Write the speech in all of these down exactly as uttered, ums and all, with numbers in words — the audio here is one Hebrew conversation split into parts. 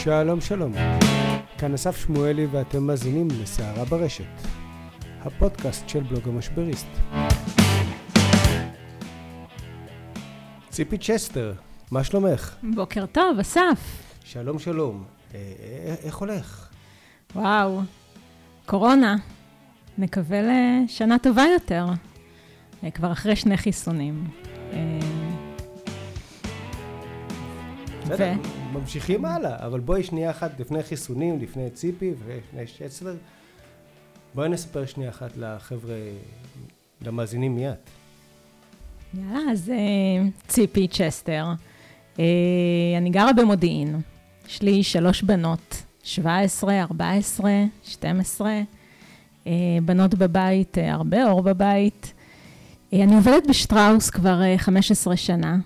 שלום שלום, כאן אסף שמואלי ואתם מאזינים לסערה ברשת, הפודקאסט של בלוג המשבריסט. ציפי צ'סטר, מה שלומך? בוקר טוב, אסף. שלום שלום, איך הולך? וואו, קורונה, נקווה לשנה טובה יותר, כבר אחרי שני חיסונים. בסדר, ממשיכים הלאה, אבל בואי שנייה אחת לפני חיסונים, לפני ציפי ולפני צ'סטר, בואי נספר שנייה אחת לחבר'ה, למאזינים מיד. יאללה, אז ציפי צ'סטר, אני גרה במודיעין, יש לי שלוש בנות, שבע עשרה, ארבע עשרה, שתים עשרה, בנות בבית, הרבה אור בבית. אני עובדת בשטראוס כבר חמש עשרה שנה.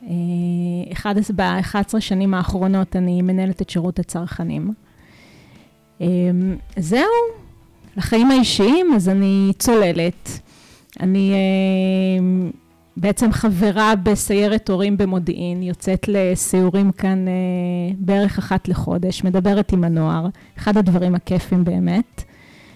ב-אחת עשרה שנים האחרונות אני מנהלת את שירות הצרכנים. זהו, לחיים האישיים, אז אני צוללת. אני בעצם חברה בסיירת הורים במודיעין, יוצאת לסיורים כאן בערך אחת לחודש, מדברת עם הנוער, אחד הדברים הכיפים באמת.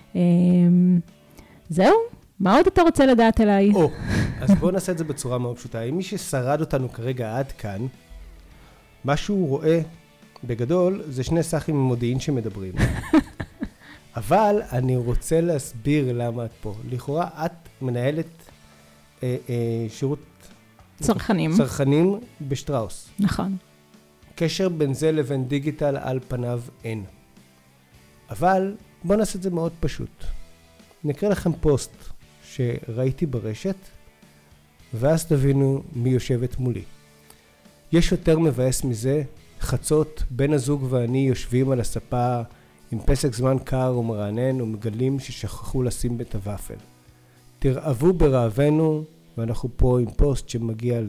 זהו, מה עוד אתה רוצה לדעת אליי? או, אז בואו נעשה את זה בצורה מאוד פשוטה. אם מי ששרד אותנו כרגע עד כאן, מה שהוא רואה בגדול זה שני סחים ממודיעין שמדברים. אבל אני רוצה להסביר למה את פה. לכאורה את מנהלת אה, אה, שירות צרכנים. צרכנים בשטראוס. נכון. קשר בין זה לבין דיגיטל על פניו אין. אבל בואו נעשה את זה מאוד פשוט. נקרא לכם פוסט שראיתי ברשת, ואז תבינו מי יושבת מולי. יש יותר מבאס מזה, חצות, בן הזוג ואני יושבים על הספה עם פסק זמן קר ומרענן ומגלים ששכחו לשים את הוואפל. תרעבו ברעבנו, ואנחנו פה עם פוסט שמגיע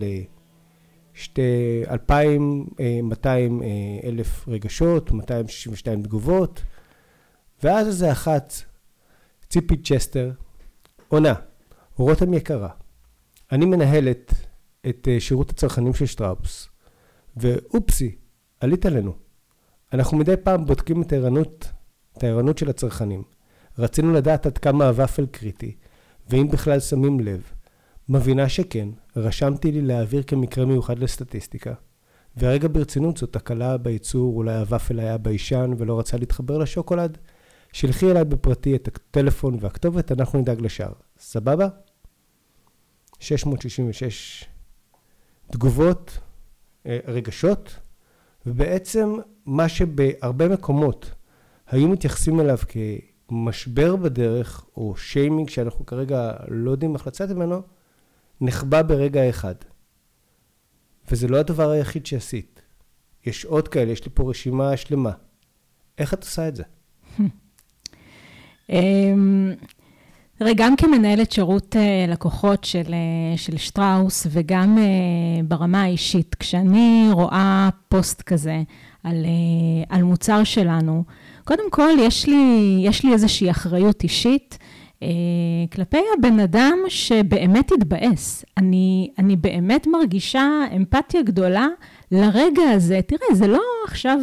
ל-אלפיים ומאתיים אלף רגשות, מאתיים שישים ושתיים תגובות, ואז איזה אחת, ציפי צ'סטר, עונה, רותם יקרה, אני מנהלת את שירות הצרכנים של שטראוס, ואופסי, עלית עלינו. אנחנו מדי פעם בודקים את הערנות, את הערנות של הצרכנים. רצינו לדעת עד כמה הוואפל קריטי, ואם בכלל שמים לב. מבינה שכן, רשמתי לי להעביר כמקרה מיוחד לסטטיסטיקה. והרגע ברצינות זאת תקלה בייצור, אולי הוואפל היה בישן ולא רצה להתחבר לשוקולד. שלחי אליי בפרטי את הטלפון והכתובת, אנחנו נדאג לשאר. סבבה? שש מאות שישים ושש תגובות, רגשות, ובעצם מה שבהרבה מקומות היו מתייחסים אליו כמשבר בדרך, או שיימינג שאנחנו כרגע לא יודעים איך לצאת ממנו, נחבא ברגע אחד. וזה לא הדבר היחיד שעשית. יש עוד כאלה, יש לי פה רשימה שלמה. איך את עושה את זה? תראה, גם כמנהלת שירות לקוחות של, של שטראוס, וגם ברמה האישית, כשאני רואה פוסט כזה על, על מוצר שלנו, קודם כל יש לי, יש לי איזושהי אחריות אישית כלפי הבן אדם שבאמת התבאס. אני, אני באמת מרגישה אמפתיה גדולה לרגע הזה. תראה, זה לא עכשיו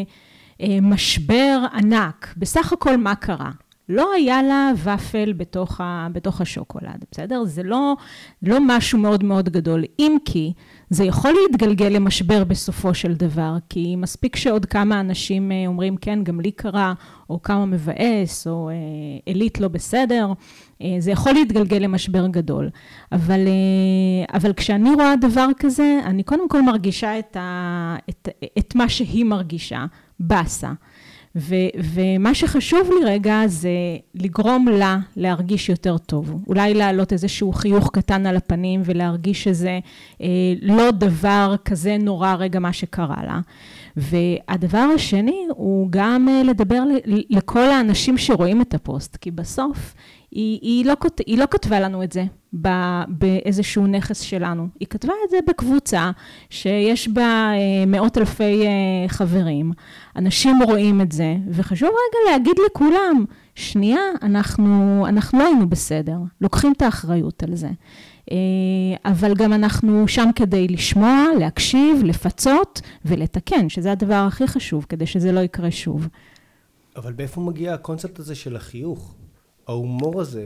משבר ענק, בסך הכל מה קרה? לא היה לה ופל בתוך, ה, בתוך השוקולד, בסדר? זה לא, לא משהו מאוד מאוד גדול, אם כי זה יכול להתגלגל למשבר בסופו של דבר, כי מספיק שעוד כמה אנשים אומרים, כן, גם לי קרה, או כמה מבאס, או אלית לא בסדר, זה יכול להתגלגל למשבר גדול. אבל, אבל כשאני רואה דבר כזה, אני קודם כל מרגישה את, ה, את, את מה שהיא מרגישה, בסה. ו, ומה שחשוב לי רגע זה לגרום לה להרגיש יותר טוב. אולי להעלות איזשהו חיוך קטן על הפנים ולהרגיש שזה אה, לא דבר כזה נורא רגע מה שקרה לה. והדבר השני הוא גם אה, לדבר ל, לכל האנשים שרואים את הפוסט, כי בסוף היא, היא, לא, היא לא כתבה לנו את זה באיזשהו נכס שלנו. היא כתבה את זה בקבוצה שיש בה מאות אלפי חברים. אנשים רואים את זה, וחשוב רגע להגיד לכולם, שנייה, אנחנו, אנחנו לא היינו בסדר, לוקחים את האחריות על זה. אבל גם אנחנו שם כדי לשמוע, להקשיב, לפצות ולתקן, שזה הדבר הכי חשוב, כדי שזה לא יקרה שוב. אבל באיפה מגיע הקונספט הזה של החיוך? ההומור הזה?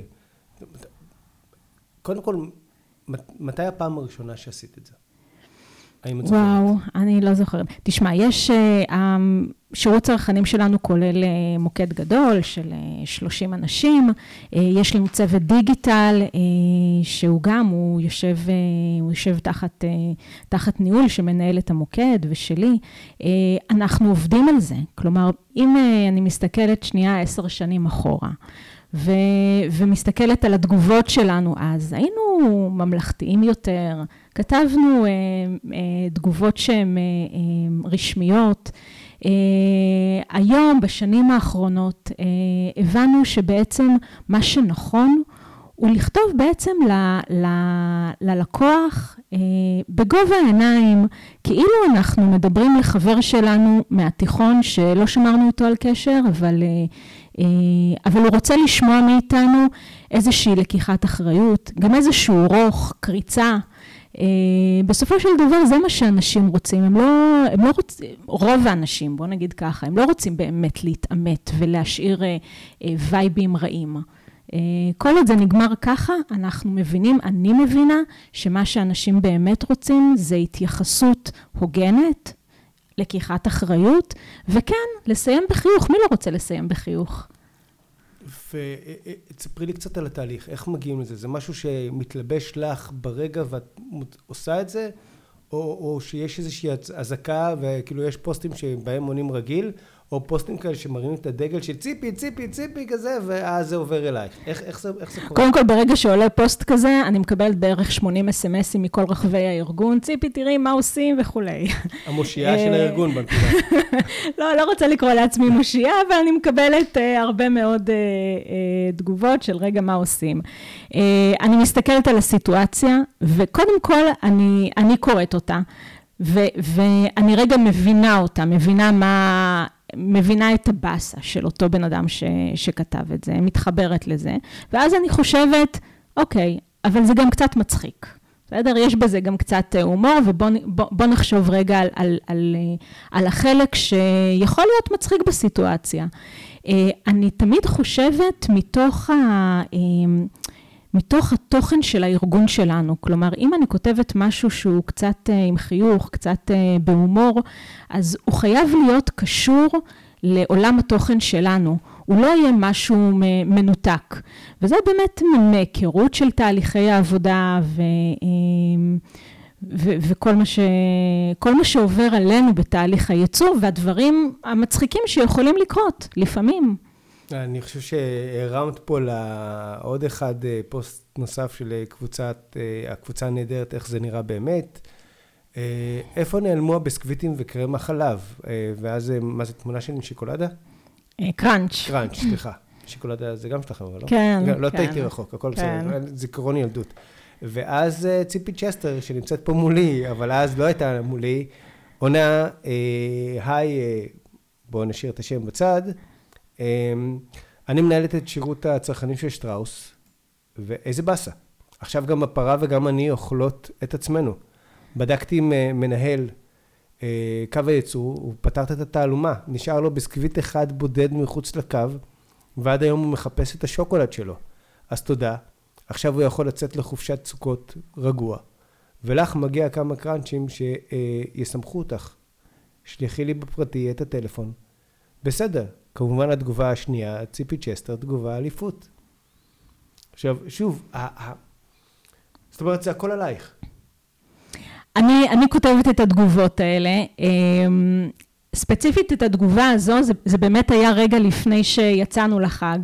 קודם כל, מתי הפעם הראשונה שעשית את זה? וואו, אני לא זוכרת. תשמע, יש, שירות צרכנים שלנו כולל מוקד גדול של שלושים אנשים, יש לנו צוות דיגיטל, שהוא גם, הוא יושב, הוא יושב תחת, תחת ניהול שמנהל את המוקד ושלי. אנחנו עובדים על זה, כלומר, אם אני מסתכלת שנייה עשר שנים אחורה, ו, ומסתכלת על התגובות שלנו אז, היינו ממלכתיים יותר, כתבנו אה, אה, תגובות שהן אה, אה, רשמיות. אה, היום, בשנים האחרונות, אה, הבנו שבעצם מה שנכון הוא לכתוב בעצם ל, ל, ללקוח אה, בגובה העיניים, כאילו אנחנו מדברים לחבר שלנו מהתיכון שלא שמרנו איתו על קשר, אבל... אה, אבל הוא רוצה לשמוע מאיתנו איזושהי לקיחת אחריות, גם איזשהו רוך, קריצה. בסופו של דבר זה מה שאנשים רוצים, הם לא, הם לא רוצים, רוב האנשים, בוא נגיד ככה, הם לא רוצים באמת להתאמת ולהשאיר וייבים רעים. כל עוד זה נגמר ככה, אנחנו מבינים, אני מבינה, שמה שאנשים באמת רוצים זה התייחסות הוגנת, לקיחת אחריות, וכן, לסיים בחיוך. מי לא רוצה לסיים בחיוך? ותספרי לי קצת על התהליך, איך מגיעים לזה? זה משהו שמתלבש לך ברגע ואת עושה את זה? או, או שיש איזושהי הזקה וכאילו יש פוסטים שבהם עונים רגיל, או פוסטים כאלה שמראים את הדגל של ציפי, ציפי, ציפי כזה, ואז זה עובר אלייך. איך, איך זה, איך זה קורה? קודם כל, ברגע שעולה פוסט כזה, אני מקבלת בערך שמונים אס-אם-אסים מכל רחבי הארגון, ציפי, תראי מה עושים וכולי. המושיעה של הארגון בנקודה. לא, לא רוצה לקרוא לעצמי מושיעה, אבל אני מקבלת הרבה מאוד תגובות של רגע מה עושים. אני מסתכלת על הסיטואציה, וקודם כל אני, אני קוראת אותה, ו, ואני רגע מבינה אותה, מבינה מה... מבינה את הבאסה של אותו בן אדם ש, שכתב את זה, מתחברת לזה, ואז אני חושבת, אוקיי, אבל זה גם קצת מצחיק. בסדר? יש בזה גם קצת הומור, ובוא בוא, בוא נחשוב רגע על, על, על, על החלק שיכול להיות מצחיק בסיטואציה. אני תמיד חושבת מתוך ה... מתוך התוכן של הארגון שלנו, כלומר, אם אני כותבת משהו שהוא קצת עם חיוך, קצת בהומור, אז הוא חייב להיות קשור לעולם התוכן שלנו. הוא לא יהיה משהו מנותק. וזה באמת מהיכרות של תהליכי העבודה ו... ו- וכל מה ש... כל מה שעובר עלינו בתהליך הייצור, והדברים המצחיקים שיכולים לקרות, לפעמים. אני חושב שהרמת פה לעוד אחד פוסט נוסף של קבוצת, הקבוצה הנהדרת, איך זה נראה באמת. איפה נעלמו הבסקוויטים וקרם החלב? ואז מה זה, תמונה של שוקולדה? קראנץ'. קראנץ', סליחה. שוקולדה זה גם שלכם, אבל לא? כן, כן. לא תהייתי רחוק, הכל בסדר. זיכרון ילדות. ואז ציפי צ'סטר, שנמצאת פה מולי, אבל אז לא הייתה מולי, עונה, היי, בואו נשאיר את השם בצד, אני מנהלת את שירות הצרכנים של שטראוס, ואיזה באסה. עכשיו גם הפרה וגם אני אוכלות את עצמנו. בדקתי עם מנהל קו הייצור, הוא פתרת את התעלומה, נשאר לו בסקוויט אחד בודד מחוץ לקו, ועד היום הוא מחפש את השוקולד שלו. אז תודה, עכשיו הוא יכול לצאת לחופשת סוכות רגוע, ולך מגיע כמה קראנצ'ים שיסמכו אותך. שליחי לי בפרטי את הטלפון. בסדר. כמובן התגובה השנייה, ציפי צ'סטר, תגובה אליפות. עכשיו, שוב, זאת אומרת, זה הכל עלייך. אני, אני כותבת את התגובות האלה. ספציפית את התגובה הזו, זה, זה באמת היה רגע לפני שיצאנו לחג.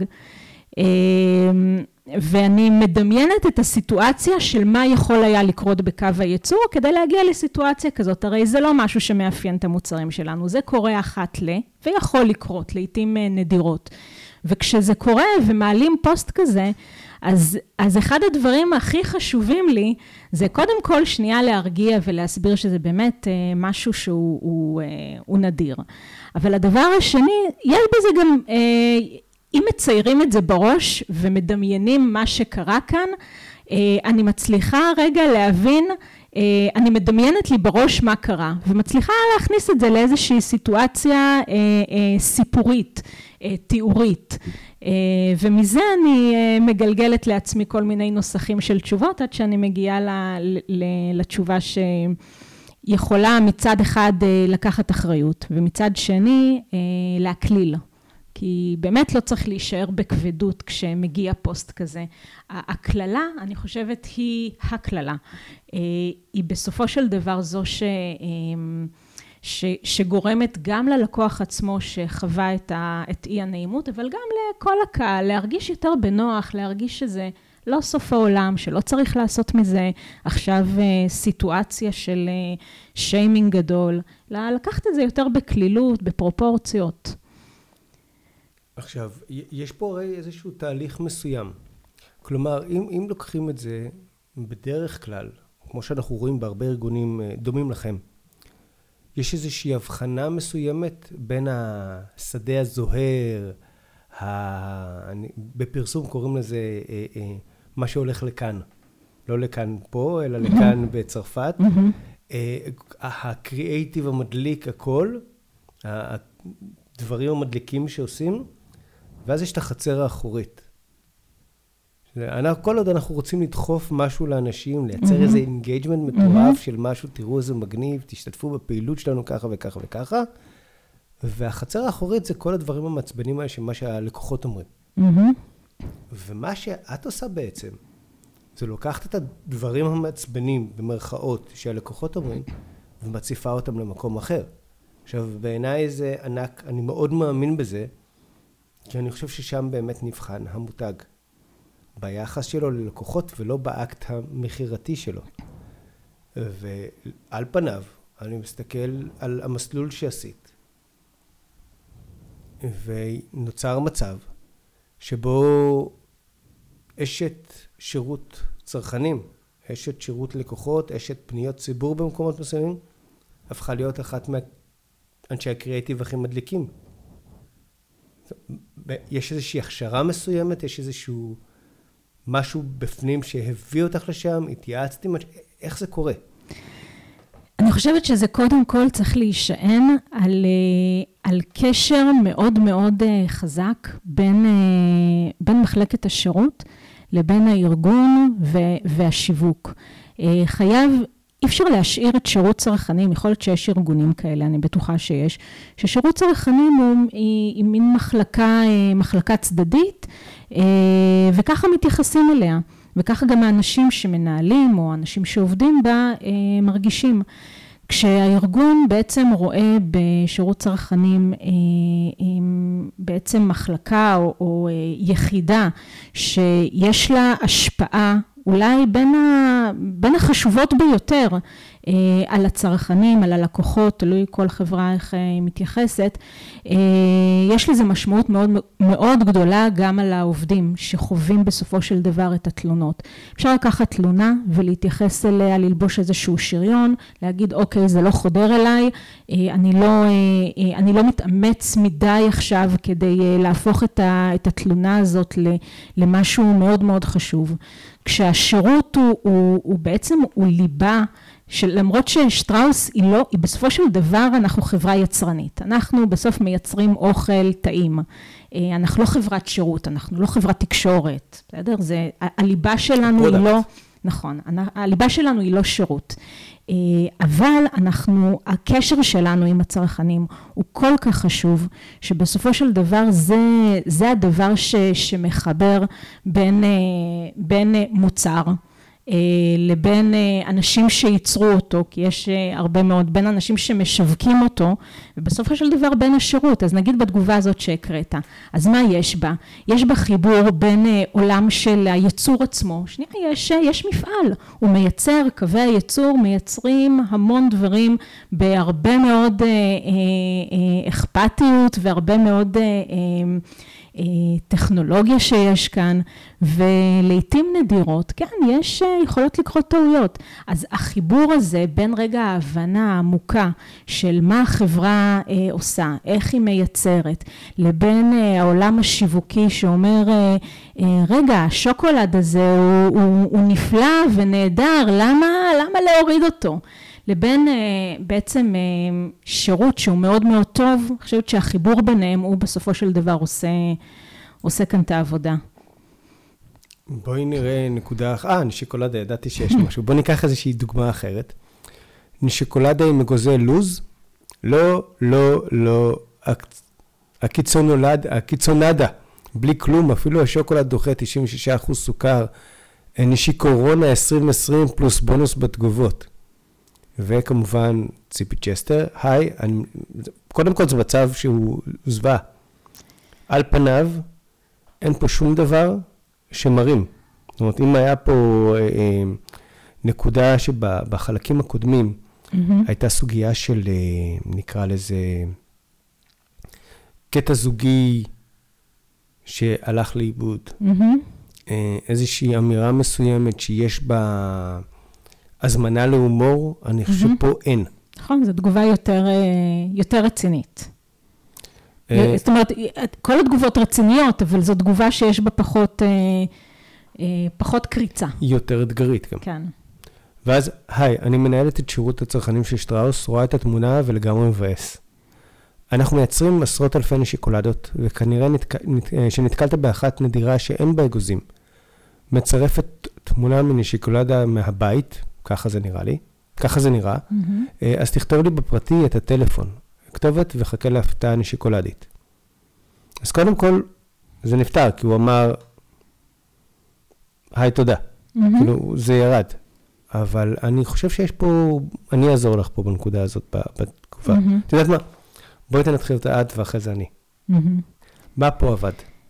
ואני מדמיינת את הסיטואציה של מה יכול היה לקרות בקו הייצור, כדי להגיע לסיטואציה כזאת. הרי זה לא משהו שמאפיין את המוצרים שלנו, זה קורה אחת ל, ויכול לקרות, לעתים נדירות. וכשזה קורה ומעלים פוסט כזה, אז, אז אחד הדברים הכי חשובים לי, זה קודם כל שנייה להרגיע ולהסביר שזה באמת משהו שהוא הוא, הוא נדיר. אבל הדבר השני, יש בזה גם... אם מציירים את זה בראש ומדמיינים מה שקרה כאן, אני מצליחה רגע להבין, אני מדמיינת לי בראש מה קרה, ומצליחה להכניס את זה לאיזושהי סיטואציה סיפורית, תיאורית. ומזה אני מגלגלת לעצמי כל מיני נוסחים של תשובות, עד שאני מגיעה לתשובה שיכולה מצד אחד לקחת אחריות, ומצד שני להקליל. כי באמת לא צריך להישאר בכבדות כשמגיע פוסט כזה. הכללה, אני חושבת, היא הכללה. היא בסופו של דבר זו ש... ש... שגורמת גם ללקוח עצמו שחווה את, ה... את אי הנעימות, אבל גם לכל הקהל, להרגיש יותר בנוח, להרגיש שזה לא סוף העולם, שלא צריך לעשות מזה עכשיו סיטואציה של שיימינג גדול, לקחת את זה יותר בכלילות, בפרופורציות. עכשיו, יש פה הרי איזשהו תהליך מסוים. כלומר, אם, אם לוקחים את זה בדרך כלל, כמו שאנחנו רואים בהרבה ארגונים דומים לכם, יש איזושהי הבחנה מסוימת בין השדה הזוהר, ה... בפרסום קוראים לזה אה, אה, מה שהולך לכאן. לא לכאן פה, אלא לכאן בצרפת. אה, הקריאייטיב המדליק הכל, הדברים המדליקים שעושים, ואז יש את החצר האחורית. אנחנו, כל עוד אנחנו רוצים לדחוף משהו לאנשים, לייצר איזה אינגייג'מנט מטורף של משהו, תראו איזה מגניב, תשתתפו בפעילות שלנו ככה וככה וככה, והחצר האחורית זה כל הדברים המעצבנים האלה שמה שהלקוחות אומרים. ומה שאת עושה בעצם, זה לוקחת את הדברים המעצבנים במרכאות שהלקוחות אומרים, ומציפה אותם למקום אחר. עכשיו, בעיניי זה ענק, אני מאוד מאמין בזה, כי אני חושב ששם באמת נבחן המותג, ביחס שלו ללקוחות ולא באקט המחירתי שלו. ועל פניו, אני מסתכל על המסלול שעשית, ונוצר מצב שבו אשת שירות צרכנים, אשת שירות לקוחות, אשת פניות ציבור במקומות מסוימים, הפכה להיות אחת מאנשי הקריאייטיב הכי מדליקים. יש איזושהי הכשרה מסוימת, יש איזשהו משהו בפנים שהביא אותך לשם, התייעצתי, איך זה קורה? אני חושבת שזה קודם כל צריך להישען על, על קשר מאוד מאוד חזק בין, בין מחלקת השירות לבין הארגון והשיווק. חייב, אי אפשר להשאיר את שירות צרכנים, יכול להיות שיש ארגונים כאלה, אני בטוחה שיש, ששירות צרכנים הוא היא, היא מין מחלקה, מחלקה צדדית, וככה מתייחסים אליה, וככה גם האנשים שמנהלים או האנשים שעובדים בה מרגישים. כשהארגון בעצם רואה בשירות צרכנים בעצם מחלקה או, או יחידה שיש לה השפעה, אולי בין, ה, בין החשובות ביותר אה, על הצרכנים, על הלקוחות, תלוי כל חברה איך היא מתייחסת, אה, יש לזה משמעות מאוד, מאוד גדולה גם על העובדים שחווים בסופו של דבר את התלונות. אפשר לקחת תלונה ולהתייחס אליה, ללבוש איזשהו שריון, להגיד אוקיי זה לא חודר אליי, אה, אני, לא, אה, אני לא מתאמץ מדי עכשיו כדי אה, להפוך את, ה, את התלונה הזאת למשהו מאוד מאוד חשוב. כשהשירות הוא, הוא, הוא בעצם, הוא ליבה, שלמרות ששטראוס היא לא, היא בסופו של דבר אנחנו חברה יצרנית. אנחנו בסוף מייצרים אוכל טעים. אנחנו לא חברת שירות, אנחנו לא חברת תקשורת. בסדר? זה, הליבה שלנו היא לא, נכון, הליבה שלנו היא לא שירות. אבל אנחנו, הקשר שלנו עם הצרכנים הוא כל כך חשוב, שבסופו של דבר זה, זה הדבר ש, שמחבר בין, בין מוצר לבין אנשים שייצרו אותו, כי יש הרבה מאוד בין אנשים שמשווקים אותו, ובסופו של דבר בין השירות. אז נגיד בתגובה הזאת שהקראת, אז מה יש בה? יש בה חיבור בין עולם של הייצור עצמו, שנייה, יש, יש מפעל, הוא מייצר, קווי הייצור מייצרים המון דברים בהרבה מאוד אכפתיות והרבה מאוד טכנולוגיה שיש כאן, ולעיתים נדירות, כן, יש יכולות לקרות טעויות. אז החיבור הזה בין רגע ההבנה העמוקה של מה החברה עושה, איך היא מייצרת, לבין העולם השיווקי שאומר, רגע, השוקולד הזה הוא, הוא, הוא נפלא ונהדר, למה, למה להוריד אותו? לבין בעצם שירות שהוא מאוד מאוד טוב, אני חושבת שהחיבור ביניהם הוא בסופו של דבר עושה, עושה כאן את העבודה. בואי נראה נקודה, אה, נשיקולדה, ידעתי שיש משהו. בואי ניקח איזושהי דוגמה אחרת. נשיקולדה עם אגוזי לוז, לא, לא, לא, הקיצונולד, הקיצונדה, בלי כלום, אפילו השוקולד דוחה תשעים ושישה אחוז סוכר, נשיקורונה עשרים עשרים פלוס בונוס בתגובות. וכמובן ציפי צ'סטר, היי, אני, קודם כל זה מצב שהוא זווה. על פניו, אין פה שום דבר שמרים. זאת אומרת, אם היה פה אה, אה, נקודה שבחלקים הקודמים, mm-hmm. הייתה סוגיה של, אה, נקרא לזה, קטע זוגי שהלך לאיבוד. Mm-hmm. אה, איזושהי אמירה מסוימת שיש בה הזמנה להומור, אני חושב שפה אין. נכון, זו תגובה יותר, יותר רצינית. זאת אומרת, כל התגובות רציניות, אבל זו תגובה שיש בה פחות, פחות קריצה. היא יותר אתגרית גם. כן. ואז, היי, אני מנהלת את שירות הצרכנים של שטראוס, רואה את התמונה ולגמרי מבאס. אנחנו מייצרים עשרות אלפי נשיקולדות, וכנראה נתק... שנתקלת באחת נדירה שאין בה אגוזים. מצרפת תמונה מנשיקולדה מהבית, ככה זה נראה לי, ככה זה נראה, mm-hmm. אז תכתוב לי בפרטי את הטלפון, כתובת וחכה להפתעה נשיקולדית. אז קודם כל, זה נפטר, כי הוא אמר, היי, תודה. Mm-hmm. כאילו, זה ירד. אבל אני חושב שיש פה, אני אעזור לך פה בנקודה הזאת, בתקופה. Mm-hmm. את יודעת מה? בואי תנתחיל את העד ואחרי זה אני. Mm-hmm. מה פה עבד?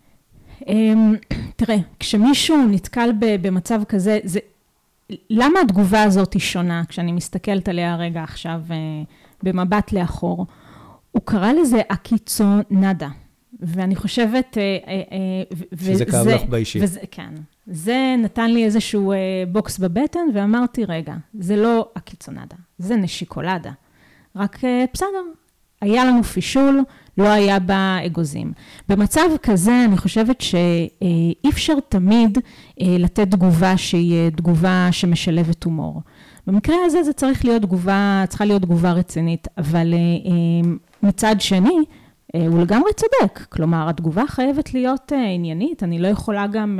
תראה, כשמישהו נתקל במצב כזה, זה, למה התגובה הזאת היא שונה, כשאני מסתכלת עליה רגע עכשיו במבט לאחור? הוא קרא לזה הקיצונדה, ואני חושבת... שזה כאב לך באישי. וזה, כן. זה נתן לי איזשהו בוקס בבטן, ואמרתי, רגע, זה לא הקיצונדה, זה נשיקולדה. רק בסדר, היה לנו פישול, לא היה בה אגוזים. במצב כזה אני חושבת שאי אפשר תמיד לתת תגובה שהיא תגובה שמשלבת הומור. במקרה הזה זה צריך להיות תגובה, צריכה להיות תגובה רצינית, אבל מצד שני, הוא לגמרי צודק. כלומר, התגובה חייבת להיות עניינית, אני לא יכולה גם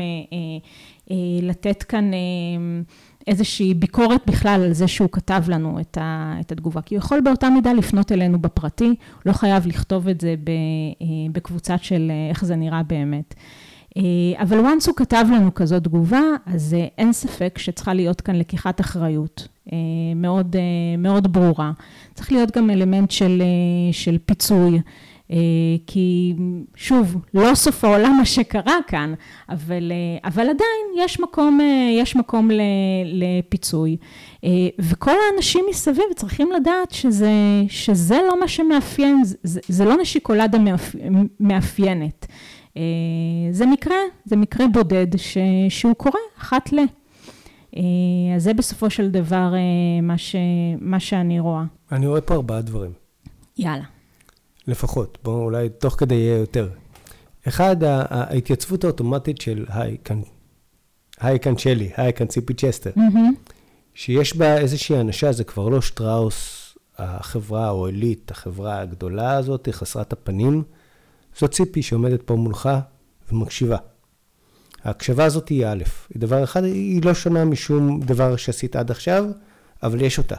לתת כאן איזושהי ביקורת בכלל על זה שהוא כתב לנו את, ה, את התגובה, כי הוא יכול באותה מידה לפנות אלינו בפרטי, הוא לא חייב לכתוב את זה בקבוצה של איך זה נראה באמת. אבל once הוא כתב לנו כזאת תגובה, אז אין ספק שצריכה להיות כאן לקיחת אחריות, מאוד, מאוד ברורה. צריך להיות גם אלמנט של, של פיצוי, כי שוב, לא סוף העולם מה שקרה כאן, אבל, אבל עדיין יש מקום, יש מקום לפיצוי. וכל האנשים מסביב צריכים לדעת שזה, שזה לא מה שמאפיין, זה, זה לא נשיקולדה מאפיינת. זה מקרה, זה מקרה בודד ש, שהוא קורה אחת ל. אז זה בסופו של דבר מה, ש, מה שאני רואה. אני רואה פה ארבעה דברים. יאללה. לפחות, בואו אולי תוך כדי יהיה יותר. אחד, ההתייצבות האוטומטית של היי, כאן, היי כאן שלי, היי כאן ציפי צ'סטר, mm-hmm. שיש בה איזושהי אנשה, זה כבר לא שטראוס, החברה או אליט, החברה הגדולה הזאת, חסרת הפנים, זו ציפי שעומדת פה מולך ומקשיבה. ההקשבה הזאת היא א', היא דבר אחד, היא לא שונה משום דבר שעשית עד עכשיו, אבל יש אותה.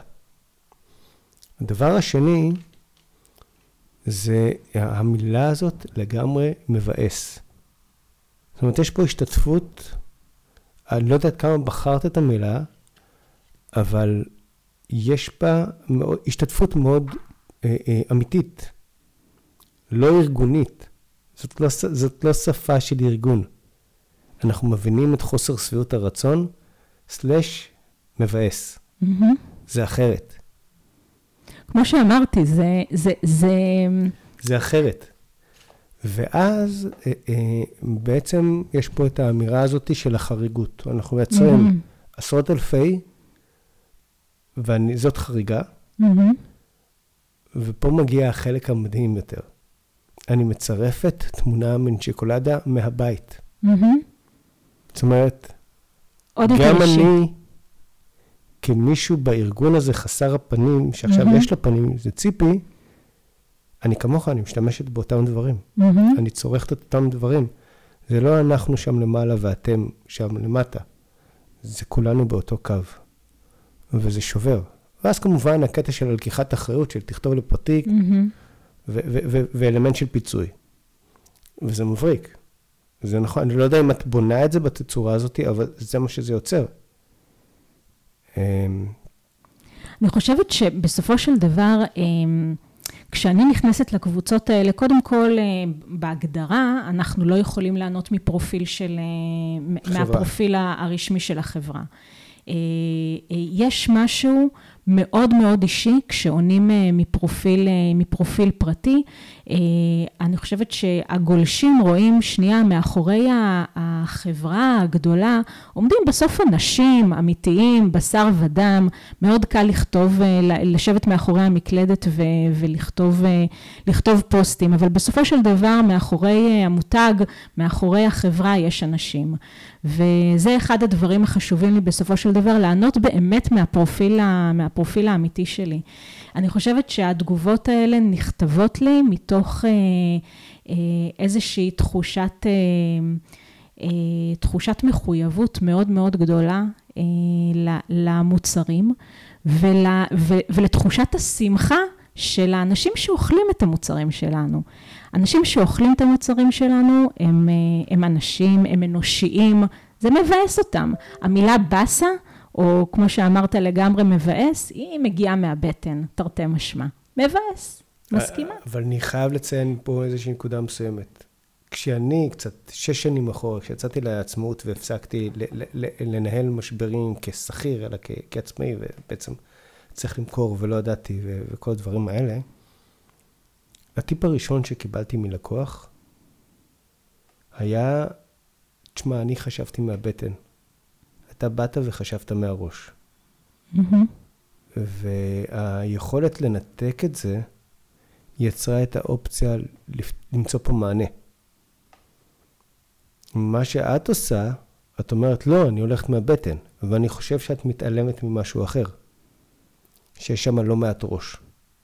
הדבר השני, זה המילה הזאת לגמרי מבאס. זאת אומרת, יש פה השתתפות, אני לא יודעת כמה בחרת את המילה, אבל יש בה מאוד, השתתפות מאוד אה, אה, אמיתית, לא ארגונית. זאת לא, זאת לא שפה של ארגון. אנחנו מבינים את חוסר סביעות הרצון, סלש מבאס. Mm-hmm. זה אחרת. כמו שאמרתי, זה, זה, זה... זה אחרת. ואז בעצם יש פה את האמירה הזאת של החריגות. אנחנו מייצרים mm-hmm. עשרות אלפי, וזאת חריגה, mm-hmm. ופה מגיע החלק המדהים יותר. אני מצרפת תמונה מנשיקולדה מהבית. Mm-hmm. זאת אומרת, גם אני, כמישהו בארגון הזה חסר הפנים, שעכשיו mm-hmm. יש לו פנים, זה ציפי, אני כמוך, אני משתמשת באותם דברים. Mm-hmm. אני צורכת את אותם דברים. זה לא אנחנו שם למעלה ואתם שם למטה. זה כולנו באותו קו. וזה שובר. ואז כמובן הקטע של לקיחת אחריות, של תכתוב לפרטיק, mm-hmm. ו- ו- ו- ואלמנט של פיצוי. וזה מבריק. זה נכון, אני לא יודע אם את בונה את זה בתצורה הזאת, אבל זה מה שזה יוצר. אני חושבת שבסופו של דבר, כשאני נכנסת לקבוצות האלה, קודם כל, בהגדרה, אנחנו לא יכולים לענות מפרופיל של, מהפרופיל הרשמי של החברה. יש משהו מאוד מאוד אישי, כשעונים מפרופיל, מפרופיל פרטי. אני חושבת שהגולשים רואים שנייה מאחורי החברה הגדולה, עומדים בסוף אנשים אמיתיים, בשר ודם, מאוד קל לכתוב, לשבת מאחורי המקלדת ולכתוב לכתוב פוסטים, אבל בסופו של דבר מאחורי המותג, מאחורי החברה יש אנשים. וזה אחד הדברים החשובים לי בסופו של דבר, לענות באמת מהפרופיל, מהפרופיל האמיתי שלי. אני חושבת שהתגובות האלה נכתבות לי מתוך אה, אה, איזושהי תחושת, אה, אה, תחושת מחויבות מאוד מאוד גדולה אה, למוצרים, ול, ו, ולתחושת השמחה של האנשים שאוכלים את המוצרים שלנו. אנשים שאוכלים את המוצרים שלנו הם, הם אנשים, הם אנושיים, זה מבאס אותם. המילה בסה, או כמו שאמרת לגמרי מבאס, היא מגיעה מהבטן, תרתי משמע. מבאס, מסכימה. אבל אני חייב לציין פה איזושהי נקודה מסוימת. כשאני קצת שש שנים אחורה, כשיצאתי לעצמאות והפסקתי לנהל משברים כשכיר, אלא כעצמאי, ובעצם צריך למכור ולא ידעתי וכל הדברים האלה, הטיפ הראשון שקיבלתי מלקוח היה, תשמע, אני חשבתי מהבטן. אתה באת וחשבת מהראש. Mm-hmm. והיכולת לנתק את זה, יצרה את האופציה למצוא פה מענה. מה שאת עושה, את אומרת, לא, אני הולכת מהבטן, ואני חושב שאת מתעלמת ממשהו אחר, שיש שם לא מעט ראש.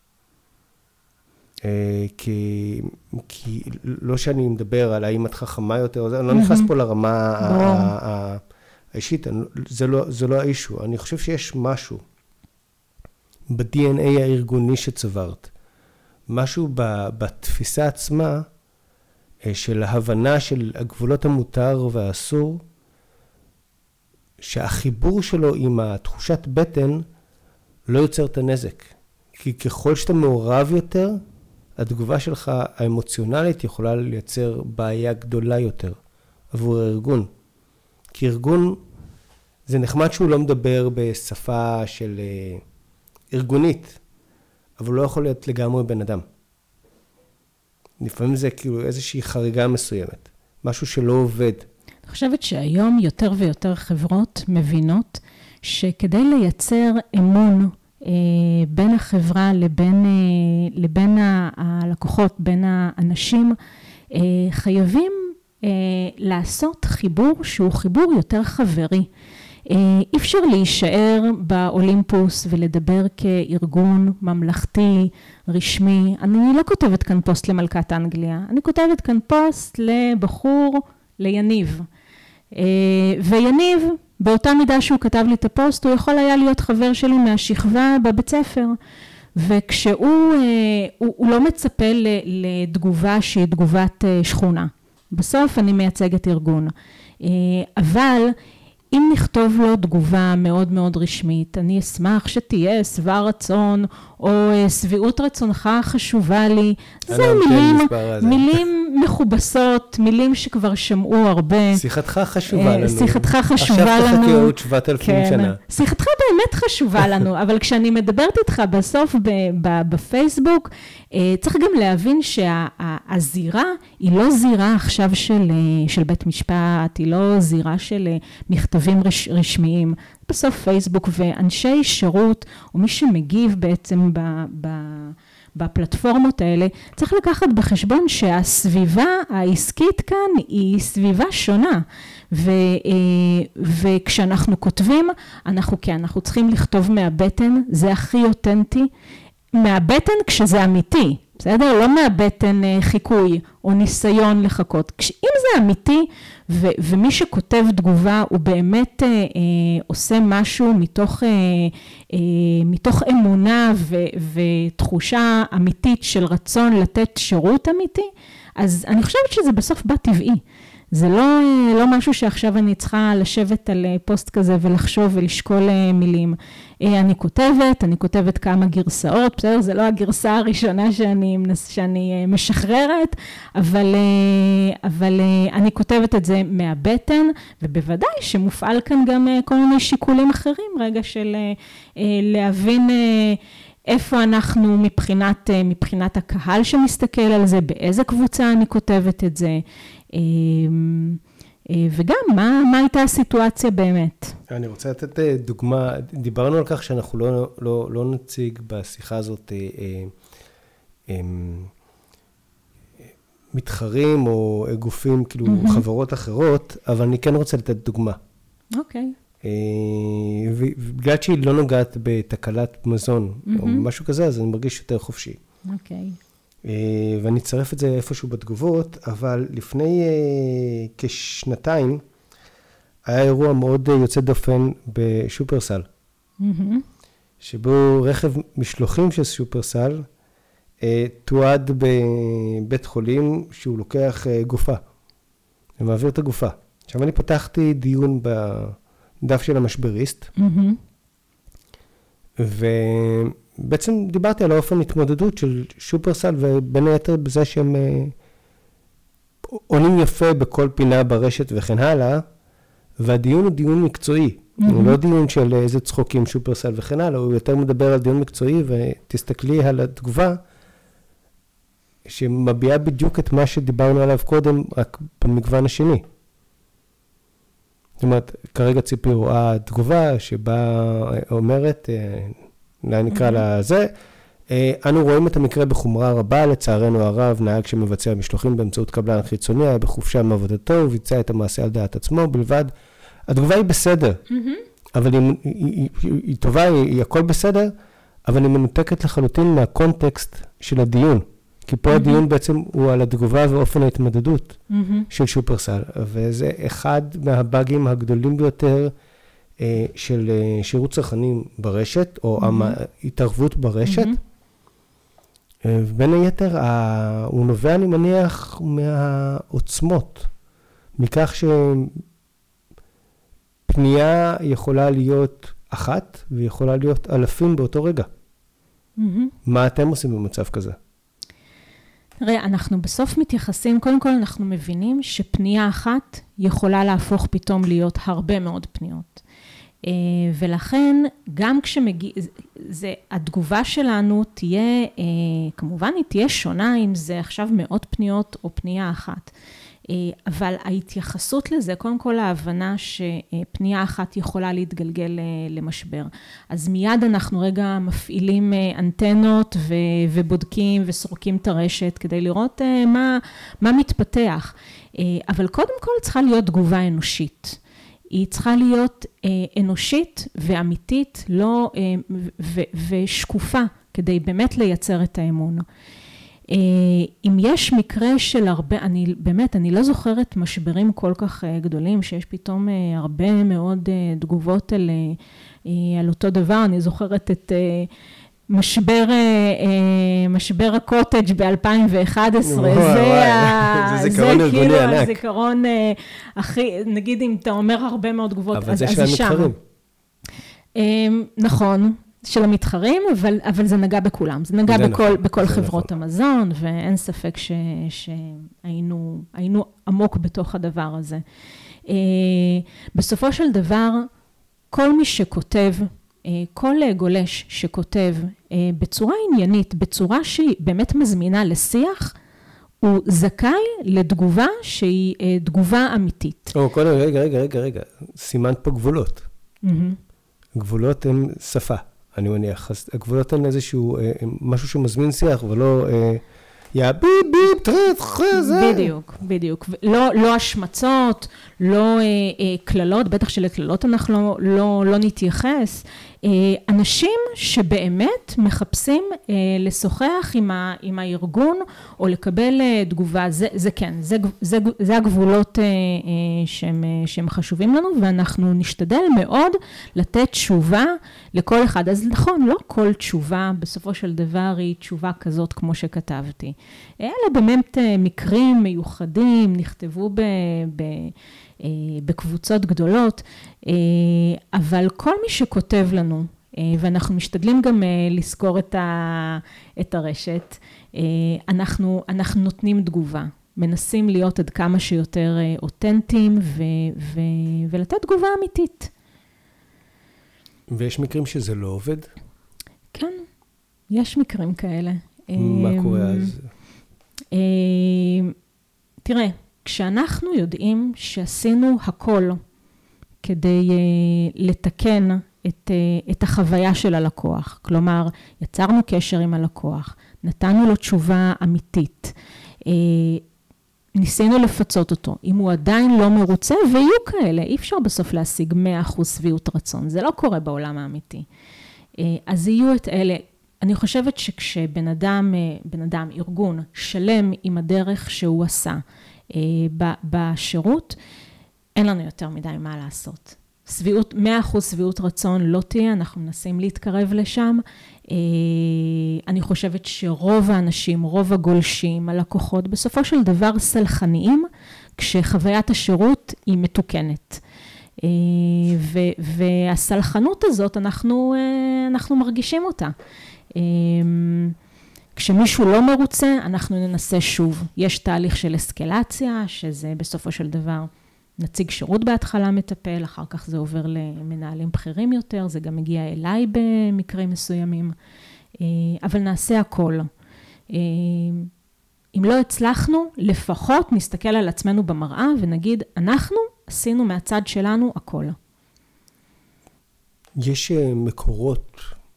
כי, כי לא שאני מדבר על האם את חכמה יותר, אני לא נכנס פה לרמה האישית, זה לא, זה לא האישו. אני חושב שיש משהו ב-די אן איי הארגוני שצברת, משהו בתפיסה עצמה של ההבנה של הגבולות המותר והאסור, שהחיבור שלו עם התחושת בטן לא יוצר את הנזק. כי ככל שאתה מעורב יותר, התגובה שלך האמוציונלית יכולה לייצר בעיה גדולה יותר עבור הארגון. כי ארגון, זה נחמד שהוא לא מדבר בשפה של ארגונית, אבל לא יכול להיות לגמרי בן אדם. לפעמים זה כאילו איזושהי חריגה מסוימת, משהו שלא עובד. אני חושבת שהיום יותר ויותר חברות מבינות שכדי לייצר אמון בין החברה לבין, לבין הלקוחות, בין האנשים, חייבים לעשות חיבור שהוא חיבור יותר חברי. אי אפשר להישאר באולימפוס ולדבר כארגון ממלכתי, רשמי. אני לא כותבת כאן פוסט למלכת אנגליה, אני כותבת כאן פוסט לבחור, ליניב. ויניב, באותה מידה שהוא כתב לי את הפוסט, הוא יכול היה להיות חבר שלי מהשכבה בבית ספר. וכשהוא הוא, הוא לא מצפה לתגובה שהיא תגובת שכונה. בסוף אני מייצגת ארגון. אבל אם נכתוב לו תגובה מאוד מאוד רשמית, אני אשמח שתהיה שבע רצון, או שביעות רצונך חשובה לי. זה מילים, מילים מכובסות, מילים שכבר שמעו הרבה. שיחתך חשובה לנו. שיחתך חשובה לנו. עכשיו תחכי עוד שבעת אלפים שנה. שיחתך באמת חשובה לנו, אבל כשאני מדברת איתך בסוף בפייסבוק, צריך גם להבין שהזירה היא לא זירה עכשיו של בית משפט, היא לא זירה של מכתבים רשמיים. בסוף פייסבוק ואנשי שירות, או מי שמגיב בעצם ב... ב בפלטפורמות האלה, צריך לקחת בחשבון שהסביבה העסקית כאן היא סביבה שונה, ו, וכשאנחנו כותבים, אנחנו, כן, אנחנו צריכים לכתוב מהבטן, זה הכי אותנטי, מהבטן כשזה אמיתי, בסדר? לא מהבטן חיקוי או ניסיון לחכות. אם זה אמיתי, ו, ומי שכותב תגובה הוא באמת אה, אה, עושה משהו מתוך, אה, אה, מתוך אמונה ו, ותחושה אמיתית של רצון לתת שירות אמיתי, אז אני חושבת שזה בסוף בא טבעי. זה לא, לא משהו שעכשיו אני צריכה לשבת על פוסט כזה ולחשוב ולשקול מילים. אני כותבת, אני כותבת כמה גרסאות, בסדר? זה לא הגרסה הראשונה שאני, שאני משחררת, אבל, אבל אני כותבת את זה מהבטן, ובוודאי שמופעל כאן גם כל מיני שיקולים אחרים, רגע של להבין איפה אנחנו מבחינת, מבחינת הקהל שמסתכל על זה, באיזה קבוצה אני כותבת את זה, וגם, מה, מה הייתה הסיטואציה באמת? אני רוצה לתת דוגמה, דיברנו על כך שאנחנו לא, לא, לא נציג בשיחה הזאת אה, אה, מתחרים או גופים, כאילו mm-hmm. חברות אחרות, אבל אני כן רוצה לתת דוגמה. אוקיי. אה, ובגלל שהיא לא נוגעת בתקלת מזון mm-hmm. או משהו כזה, אז אני מרגיש יותר חופשי. אוקיי. ואני אצרף את זה איפשהו בתגובות, אבל לפני כשנתיים היה אירוע מאוד יוצא דופן בשופרסל, mm-hmm. שבו רכב משלוחים של שופרסל תועד בבית חולים שהוא לוקח גופה, ומעביר את הגופה. עכשיו אני פתחתי דיון בדף של המשבריסט, mm-hmm. ו... בעצם דיברתי על האופן התמודדות של שופרסל, ובין היתר בזה שהם עונים יפה בכל פינה ברשת וכן הלאה, והדיון הוא דיון מקצועי. Mm-hmm. הוא לא דיון של איזה צחוקים שופרסל וכן הלאה, הוא יותר מדבר על דיון מקצועי, ותסתכלי על התגובה, שמביעה בדיוק את מה שדיברנו עליו קודם, רק במגוון השני. זאת אומרת, כרגע ציפי רואה תגובה שבה אומרת, אולי נקרא לה זה, אנו רואים את המקרה בחומרה רבה, לצערנו הרב, נהג שמבצע משלוחים באמצעות קבלן חיצוני, היה בחופשה מעבודתו, הוא ביצע את המעשה על דעת עצמו בלבד. התגובה היא בסדר, אבל היא, היא, היא, היא טובה, היא, היא הכל בסדר, אבל היא מנותקת לחלוטין מהקונטקסט של הדיון. כי פה הדיון בעצם הוא על התגובה ואופן ההתמודדות של שופרסל, וזה אחד מהבאגים הגדולים ביותר, של שירות צרכנים ברשת, או mm-hmm. התערבות ברשת. Mm-hmm. ובין היתר, הוא נובע, אני מניח, מהעוצמות. מכך שפנייה יכולה להיות אחת, ויכולה להיות אלפים באותו רגע. Mm-hmm. מה אתם עושים במצב כזה? תראה, אנחנו בסוף מתייחסים, קודם כל אנחנו מבינים שפנייה אחת יכולה להפוך פתאום להיות הרבה מאוד פניות. ולכן גם כשמגיע, זה, התגובה שלנו תהיה, כמובן היא תהיה שונה אם זה עכשיו מאות פניות או פנייה אחת. אבל ההתייחסות לזה, קודם כל ההבנה שפנייה אחת יכולה להתגלגל למשבר. אז מיד אנחנו רגע מפעילים אנטנות ובודקים וסורקים את הרשת כדי לראות מה, מה מתפתח. אבל קודם כל צריכה להיות תגובה אנושית. היא צריכה להיות אה, אנושית ואמיתית, לא, אה, ו, ושקופה, כדי באמת לייצר את האמון. אה, אם יש מקרה של הרבה, אני באמת, אני לא זוכרת משברים כל כך אה, גדולים, שיש פתאום אה, הרבה מאוד אה, תגובות על, אה, על אותו דבר, אני זוכרת את... אה, משבר, משבר הקוטג' ב-אלפיים ואחת עשרה, זה זיכרון ארגוני ענק. זה זיכרון הכי, נגיד אם אתה אומר הרבה מאוד תגובות, אבל זה שהם מתחרים. נכון, של המתחרים, אבל, אבל זה נגע בכולם. זה נגע זה בכל, נכון, בכל זה חברות נכון. המזון, ואין ספק ש, שהיינו היינו עמוק בתוך הדבר הזה. בסופו של דבר, כל מי שכותב, כל גולש שכותב בצורה עניינית, בצורה שהיא באמת מזמינה לשיח, הוא זכאי לתגובה שהיא תגובה אמיתית. או, קודם, רגע, רגע, רגע, רגע. סימנת פה גבולות. גבולות הן שפה, אני מניח. הגבולות הן איזשהו, משהו שמזמין שיח, ולא... יא ביב ביב טרט חזה. בדיוק, בדיוק. לא, לא השמצות, לא אה, אה, כללות, בטח שלכללות אנחנו לא, לא, לא נתייחס. אה, אנשים שבאמת מחפשים אה, לשוחח עם, ה, עם הארגון או לקבל אה, תגובה, זה, זה כן, זה, זה, זה הגבולות אה, אה, שהם, אה, שהם חשובים לנו, ואנחנו נשתדל מאוד לתת תשובה לכל אחד. אז נכון, לא כל תשובה בסופו של דבר היא תשובה כזאת כמו שכתבתי. אלה באמת מקרים מיוחדים, נכתבו ב, ב, בקבוצות גדולות, אבל כל מי שכותב לנו, ואנחנו משתדלים גם לזכור את, ה, את הרשת, אנחנו, אנחנו נותנים תגובה, מנסים להיות עד כמה שיותר אותנטיים ו, ו, ולתת תגובה אמיתית. ויש מקרים שזה לא עובד? כן, יש מקרים כאלה. מה קורה אז? תראה, כשאנחנו יודעים שעשינו הכל כדי לתקן את, את החוויה של הלקוח, כלומר, יצרנו קשר עם הלקוח, נתנו לו תשובה אמיתית, ניסינו לפצות אותו, אם הוא עדיין לא מרוצה, ויהיו כאלה, אי אפשר בסוף להשיג מאה אחוז שביעות רצון, זה לא קורה בעולם האמיתי. אז יהיו את אלה, אני חושבת שכשבן אדם, בן אדם, ארגון, שלם עם הדרך שהוא עשה בשירות, אין לנו יותר מדי מה לעשות. סביעות, מאה אחוז סביעות רצון לא תהיה, אנחנו מנסים להתקרב לשם. אני חושבת שרוב האנשים, רוב הגולשים, הלקוחות, בסופו של דבר סלחניים, כשחוויית השירות היא מתוקנת. והסלחנות הזאת, אנחנו, אנחנו מרגישים אותה. כשמישהו לא מרוצה, אנחנו ננסה שוב. יש תהליך של אסקלציה, שזה בסופו של דבר נציג שירות בהתחלה מטפל, אחר כך זה עובר למנהלים בכירים יותר, זה גם מגיע אליי במקרים מסוימים, אבל נעשה הכל. אם לא הצלחנו, לפחות נסתכל על עצמנו במראה ונגיד, אנחנו עשינו מהצד שלנו הכל. יש מקורות,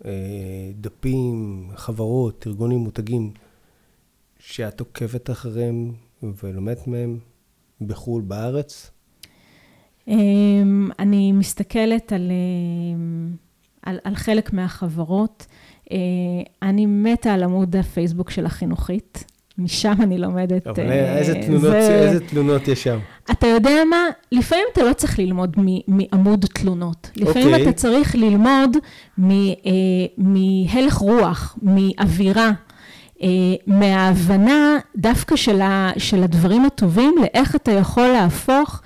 דפים, חברות, ארגונים, מותגים, שאת עוקבת אחריהם ולומדת מהם בחול בארץ? אני מסתכלת על, על, על חלק מהחברות. אני מתה על עמוד הפייסבוק של החינוכית. משם אני לומדת. אבל איזה תלונות, איזה תלונות יש שם? אתה יודע מה? לפעמים אתה לא צריך ללמוד מעמוד תלונות. לפעמים אתה צריך ללמוד מהלך רוח, מאווירה, מההבנה דווקא של הדברים הטובים, לאיך אתה יכול להפוך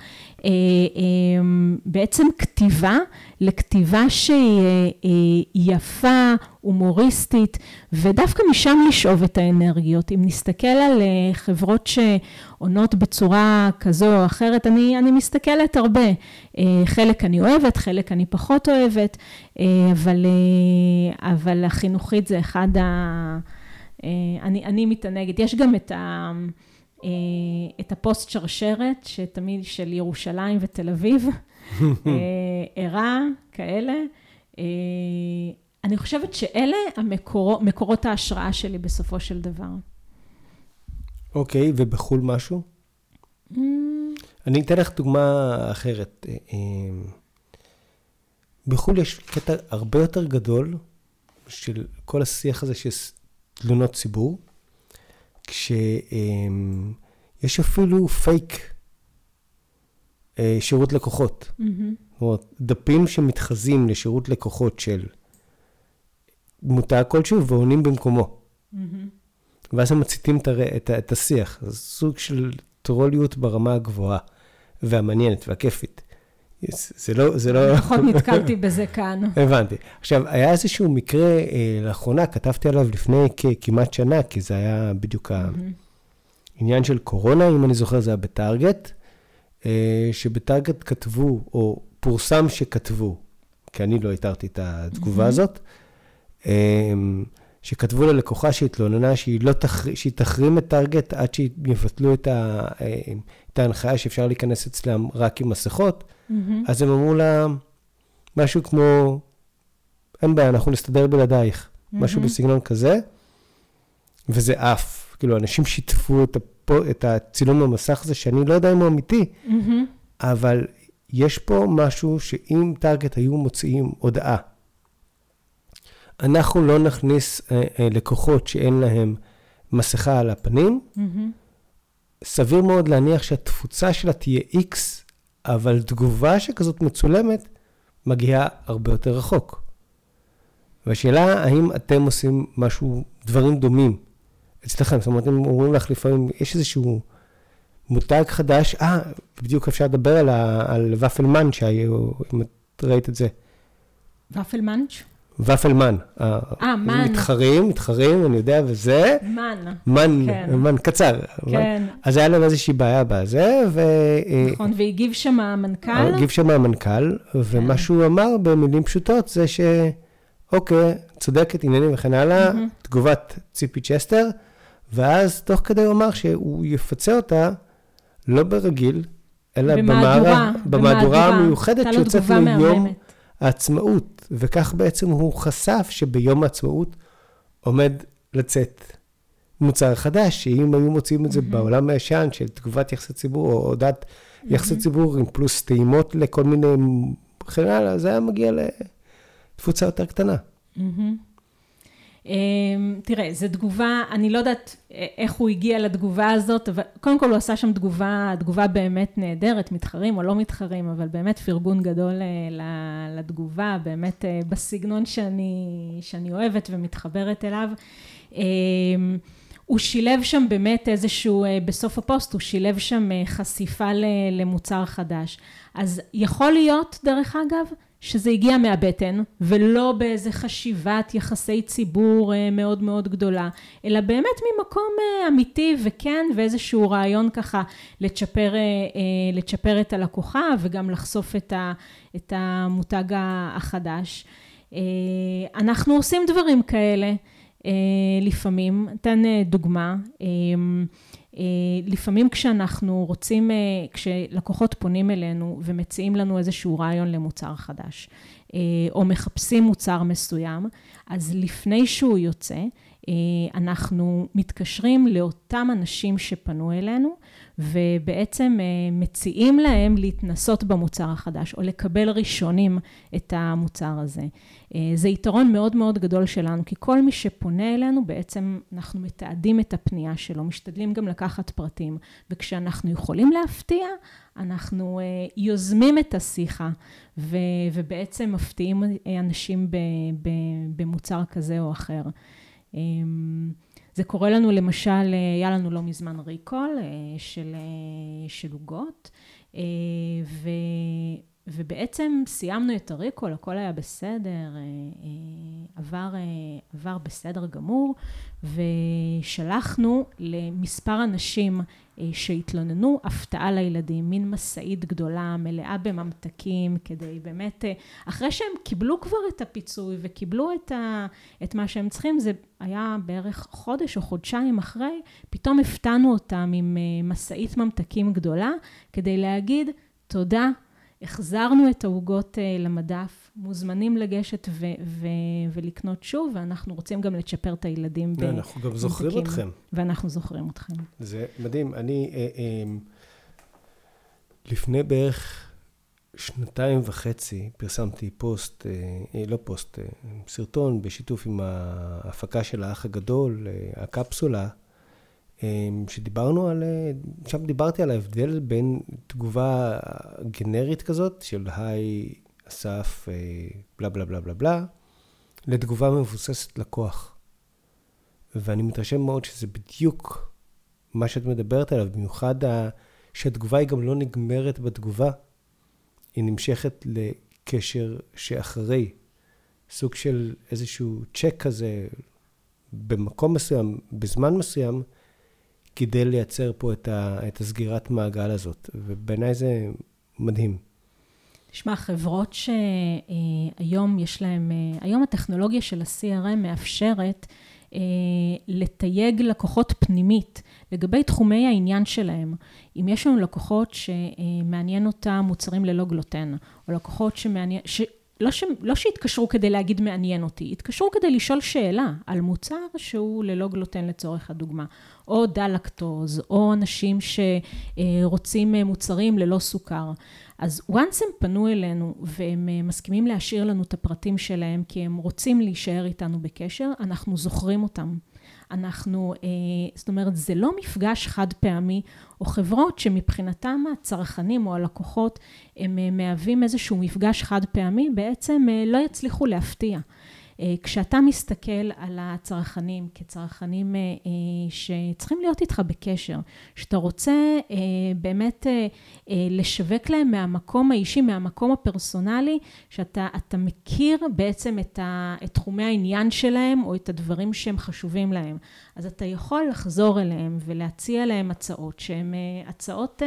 בעצם כתיבה לכתיבה שהיא יפה, הומוריסטית, ודווקא משם לשאוב את האנרגיות. אם נסתכל על חברות שעונות בצורה כזו או אחרת, אני, אני מסתכלת הרבה. חלק אני אוהבת, חלק אני פחות אוהבת, אבל, אבל החינוכית זה אחד ה... אני, אני מתענגת. יש גם את ה... את הפוסט שרשרת, שתמיד של ירושלים ותל אביב, ערה, כאלה. אני חושבת שאלה המקורות, מקורות ההשראה שלי בסופו של דבר. אוקיי, ובחול משהו? אני אתן לך דוגמה אחרת. בחול יש קטע הרבה יותר גדול של כל השיח הזה של תלונות ציבור, כשיש אפילו פייק שירות לקוחות. זאת אומרת, דפים שמתחזים לשירות לקוחות של מותג כלשהו ועונים במקומו. ואז הם מציתים את השיח. זה סוג של טרוליות ברמה הגבוהה והמעניינת והכיפית. זה לא, זה לא... לפחות נתקלתי בזה כאן. הבנתי. עכשיו, היה איזשהו מקרה, לאחרונה, כתבתי עליו לפני כמעט שנה, כי זה היה בדיוק העניין של קורונה, אם אני זוכר, זה היה בטארגט, שבטארגט כתבו, או פורסם שכתבו, כי אני לא התארתי את התגובה הזאת, שכתבו ללקוחה שהתלוננה שהיא, לא תחר... שהיא תחרים את טארגט עד שיבטלו את, ה... את ההנחיה שאפשר להיכנס אצלם רק עם מסכות, mm-hmm. אז הם אמרו לה משהו כמו, אין בעיה, אנחנו נסתדר בלעדייך, mm-hmm. משהו בסגנון כזה, וזה אף, כאילו אנשים שיתפו את, הפ... את הצילום במסך הזה, שאני לא יודע אם הוא אמיתי, mm-hmm. אבל יש פה משהו שאם טארגט היו מוציאים הודעה, אנחנו לא נכניס אה, אה, לקוחות שאין להם מסכה על הפנים. Mm-hmm. סביר מאוד להניח שהתפוצה שלה תהיה X, אבל תגובה שכזאת מצולמת מגיעה הרבה יותר רחוק. והשאלה, האם אתם עושים משהו, דברים דומים אצלכם? זאת אומרת, אתם אומרים לך לפעמים, יש איזשהו מותג חדש, אה, בדיוק אפשר לדבר על, ה, על ופלמן שהיו, אם את ראית את זה. ופלמנץ'? ופלמן. אה, מן. מתחרים, מתחרים, אני יודע, וזה... מן. מן, כן. מן קצר. כן. אז היה להם איזושהי בעיה בזה, ו... נכון, והגיב שם המנכ"ל. הגיב שם המנכ"ל, ומה שהוא אמר במילים פשוטות, זה ש... אוקיי, צודקת, עניינים וכן הלאה, תגובת ציפי צ'סטר, ואז תוך כדי הוא אמר שהוא יפצה אותה, לא ברגיל, אלא במהדורה, במהדורה המיוחדת שיוצאת מיום העצמאות, וכך בעצם הוא חשף שביום העצמאות עומד לצאת מוצר חדש, שאם היו מוצאים את זה בעולם הישן של תגובת יחסי ציבור, או הודעת יחסי ציבור עם פלוס טעימות לכל מיני וכן הלאה, זה היה מגיע לתפוצה יותר קטנה. תראה, זו תגובה, אני לא יודעת איך הוא הגיע לתגובה הזאת, אבל קודם כל הוא עשה שם תגובה, תגובה באמת נהדרת, מתחרים או לא מתחרים, אבל באמת פרגון גדול לתגובה, באמת בסגנון שאני, שאני אוהבת ומתחברת אליו. הוא שילב שם באמת איזשהו, בסוף הפוסט, הוא שילב שם חשיפה למוצר חדש. אז יכול להיות, דרך אגב, שזה הגיע מהבטן, ולא באיזה חשיבת יחסי ציבור מאוד מאוד גדולה, אלא באמת ממקום אמיתי וכן, ואיזשהו רעיון ככה לצ'פר, לצ'פר את הלקוחה, וגם לחשוף את, ה, את המותג החדש. אנחנו עושים דברים כאלה, לפעמים, אתן דוגמה, לפעמים כשאנחנו רוצים, כשלקוחות פונים אלינו ומציעים לנו איזשהו רעיון למוצר חדש, או מחפשים מוצר מסוים, אז לפני שהוא יוצא, אנחנו מתקשרים לאותם אנשים שפנו אלינו, ובעצם מציעים להם להתנסות במוצר החדש, או לקבל ראשונים את המוצר הזה. זה יתרון מאוד מאוד גדול שלנו, כי כל מי שפונה אלינו, בעצם אנחנו מתעדים את הפנייה שלו, משתדלים גם לקחת פרטים, וכשאנחנו יכולים להפתיע, אנחנו יוזמים את השיחה, ובעצם מפתיעים אנשים במוצר כזה או אחר. זה קורה לנו למשל, היה לנו לא מזמן ריקול של, של עוגות, ו, ובעצם סיימנו את הריקול, הכל היה בסדר, עבר, עבר בסדר גמור, ושלחנו למספר אנשים שהתלוננו הפתעה לילדים, מין מסעית גדולה, מלאה בממתקים, כדי באמת, אחרי שהם קיבלו כבר את הפיצוי וקיבלו את, ה, את מה שהם צריכים, זה היה בערך חודש או חודשיים אחרי, פתאום הפתענו אותם עם מסעית ממתקים גדולה, כדי להגיד תודה, החזרנו את העוגות למדף, מוזמנים לגשת ו- ו- ולקנות שוב, ואנחנו רוצים גם לצ'פר את הילדים במתקים. אנחנו גם זוכרים אתכם. ואנחנו זוכרים אתכם. זה מדהים. אני, אה, אה, לפני בערך שנתיים וחצי, פרסמתי פוסט, אה, לא פוסט, אה, סרטון בשיתוף עם ההפקה של האח הגדול, אה, הקפסולה, שדיברנו על, שם דיברתי על ההבדל בין תגובה גנרית כזאת, של היי, אסף, בלה בלה בלה בלה בלה, לתגובה מבוססת לקוח. ואני מתרשם מאוד שזה בדיוק מה שאת מדברת עליו, במיוחד שהתגובה היא גם לא נגמרת בתגובה, היא נמשכת לקשר שאחרי, סוג של איזשהו צ'ק כזה, במקום מסוים, בזמן מסוים, כדי לייצר פה את, ה, את הסגירת מעגל הזאת. ובעיניי זה מדהים. תשמע, חברות שהיום יש להם, היום הטכנולוגיה של ה-סי אר אם מאפשרת לתייג לקוחות פנימית לגבי תחומי העניין שלהם. אם יש לנו לקוחות שמעניין אותם מוצרים ללא גלוטן, או לקוחות שמעניין, ש... לא, ש... לא שהתקשרו כדי להגיד מעניין אותי, התקשרו כדי לשאול שאלה על מוצר שהוא ללא גלוטן לצורך הדוגמה, או דלקטוז, או אנשים שרוצים מוצרים ללא סוכר. אז once הם פנו אלינו והם מסכימים להשאיר לנו את הפרטים שלהם, כי הם רוצים להישאר איתנו בקשר, אנחנו זוכרים אותם. אנחנו, זאת אומרת, זה לא מפגש חד פעמי, או חברות שמבחינתם הצרכנים או הלקוחות, הם מהווים איזשהו מפגש חד פעמי, בעצם לא יצליחו להפתיע. כשאתה מסתכל על הצרכנים כצרכנים שצריכים להיות איתך בקשר, שאתה רוצה באמת לשווק להם מהמקום האישי, מהמקום הפרסונלי, שאתה אתה מכיר בעצם את, ה, את תחומי העניין שלהם או את הדברים שהם חשובים להם. אז אתה יכול לחזור אליהם ולהציע להם הצעות שהן הצעות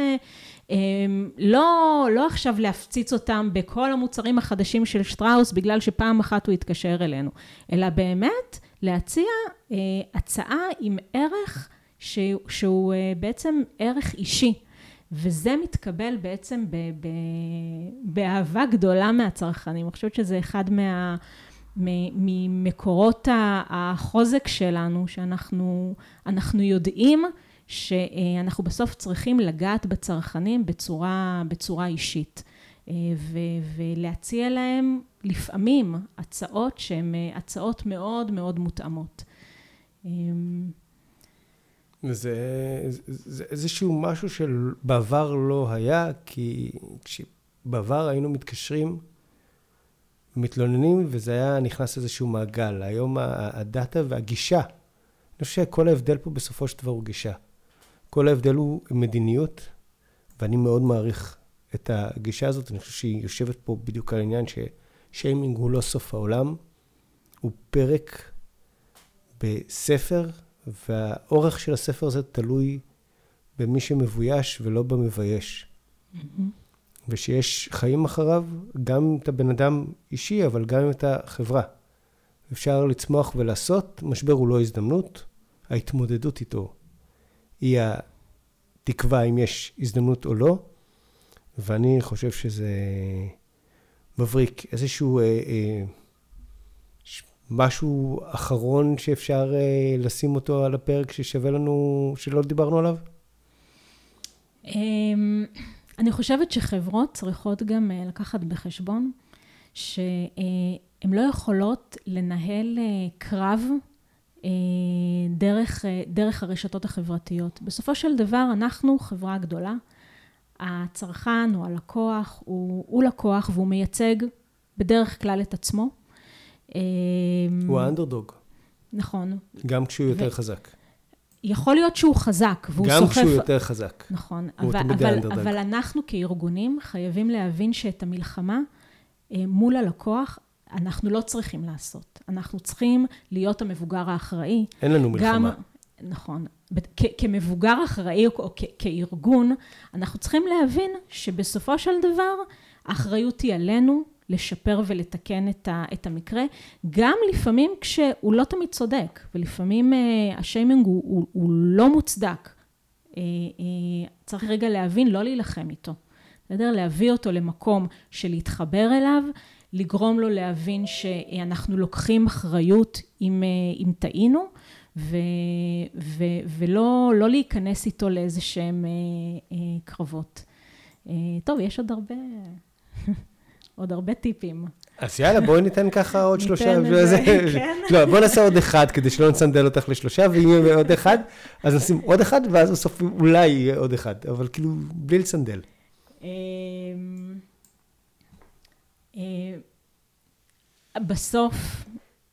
לא, לא עכשיו להפציץ אותם בכל המוצרים החדשים של שטראוס בגלל שפעם אחת הוא יתקשר אלינו, אלא באמת להציע אה, הצעה עם ערך ש, שהוא אה, בעצם ערך אישי, וזה מתקבל בעצם ב, ב, באהבה גדולה מהצרכנים. אני חושבת שזה אחד מה... ממקורות החוזק שלנו, שאנחנו אנחנו יודעים שאנחנו בסוף צריכים לגעת בצרכנים בצורה, בצורה אישית, ו, ולהציע להם לפעמים הצעות שהן הצעות מאוד מאוד מותאמות. וזה זה איזשהו משהו שבעבר לא היה, כי כשבעבר היינו מתקשרים, מתלוננים, וזה היה נכנס איזשהו מעגל. היום הדאטה והגישה, אני חושב שכל ההבדל פה בסופו של דבר הוא גישה. כל ההבדל הוא מדיניות, ואני מאוד מעריך את הגישה הזאת. אני חושב שהיא יושבת פה בדיוק על העניין ששיימינג הוא לא סוף העולם, הוא פרק בספר, והאורך של הספר הזה תלוי במי שמבויש ולא במבייש. Mm-hmm. ושיש חיים אחריו, גם את הבן אדם אישי, אבל גם את החברה. אפשר לצמוח ולעשות, משבר הוא לא הזדמנות, ההתמודדות איתו היא התקווה אם יש הזדמנות או לא, ואני חושב שזה מבריק, איזשהו אה, אה, משהו אחרון שאפשר אה, לשים אותו על הפרק ששווה לנו, שלא דיברנו עליו? אני חושבת שחברות צריכות גם לקחת בחשבון שהן לא יכולות לנהל קרב דרך, דרך הרשתות החברתיות. בסופו של דבר אנחנו חברה גדולה, הצרכן או הלקוח הוא, הוא לקוח והוא מייצג בדרך כלל את עצמו. הוא האנדרדוג. נכון. גם כשהוא יותר ו... חזק. יכול להיות שהוא חזק, והוא גם סוחף... גם כשהוא יותר חזק. נכון, אבל, אבל, אבל אנחנו כארגונים חייבים להבין שאת המלחמה מול הלקוח, אנחנו לא צריכים לעשות. אנחנו צריכים להיות המבוגר האחראי. אין לנו מלחמה. גם, נכון. כ- כמבוגר אחראי או כ- כארגון, אנחנו צריכים להבין שבסופו של דבר, האחריות היא עלינו, לשפר ולתקן את, ה, את המקרה, גם לפעמים כשהוא לא תמיד צודק, ולפעמים uh, השיימינג הוא, הוא, הוא לא מוצדק. Uh, uh, צריך רגע להבין, לא להילחם איתו. בסדר? להביא אותו למקום של להתחבר אליו, לגרום לו להבין שאנחנו לוקחים אחריות אם, uh, אם טעינו, ו, ו, ולא לא להיכנס איתו לאיזה שהם uh, uh, קרבות. Uh, טוב, יש עוד הרבה... עוד הרבה טיפים. אז יאללה, בואי ניתן ככה עוד שלושה. ניתן איזה, כן. לא, בואי נעשה עוד אחד, כדי שלא נסנדל אותך לשלושה, ואם יהיה עוד אחד, אז נשים עוד אחד, ואז בסוף אולי יהיה עוד אחד, אבל כאילו, בלי לסנדל. בסוף,